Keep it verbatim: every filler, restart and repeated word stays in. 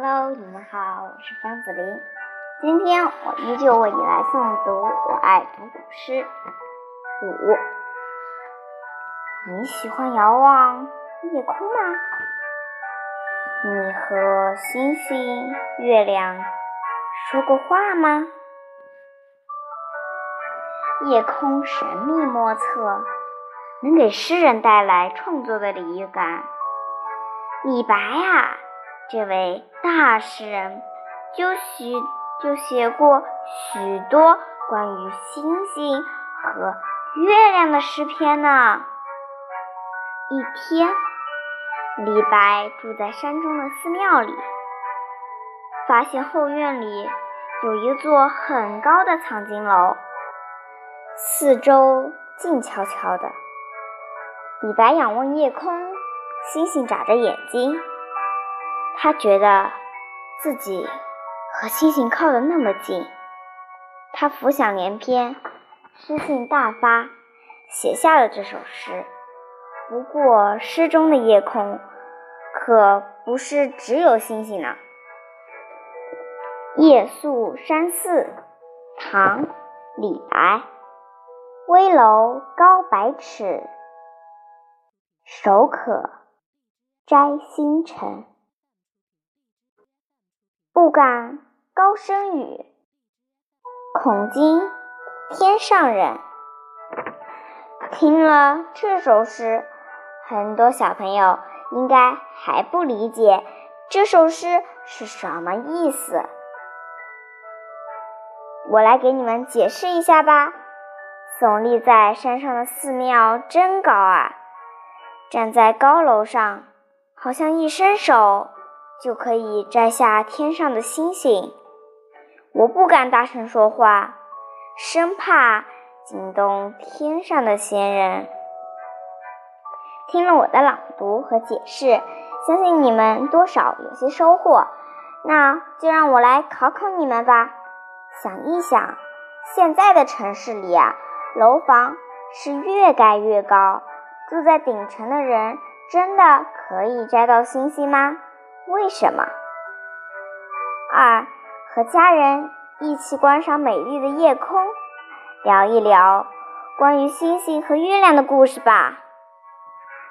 Hello， 你们好，我是方子琳。今天我依旧为你来诵读《我爱读古诗》五。你喜欢遥望夜空吗？你和星星、月亮说过话吗？夜空神秘莫测，能给诗人带来创作的礼遇感。李白啊，这位大诗人就许就写过许多关于星星和月亮的诗篇呢。一天，李白住在山中的寺庙里，发现后院里有一座很高的藏经楼，四周静悄悄的。李白仰望夜空，星星眨着眼睛，他觉得自己和星星靠得那么近。他浮想联翩，诗兴大发，写下了这首诗。不过诗中的夜空可不是只有星星呢。夜宿山寺，唐·李白。危楼高百尺，手可摘星辰。不敢高声语，恐惊天上人。听了这首诗，很多小朋友应该还不理解这首诗是什么意思。我来给你们解释一下吧。耸立在山上的寺庙真高啊，站在高楼上，好像一伸手就可以摘下天上的星星。我不敢大声说话，生怕惊动天上的仙人。听了我的朗读和解释，相信你们多少有些收获。那就让我来考考你们吧。想一想，现在的城市里啊，楼房是越盖越高，住在顶层的人真的可以摘到星星吗？为什么？二，和家人一起观赏美丽的夜空，聊一聊关于星星和月亮的故事吧。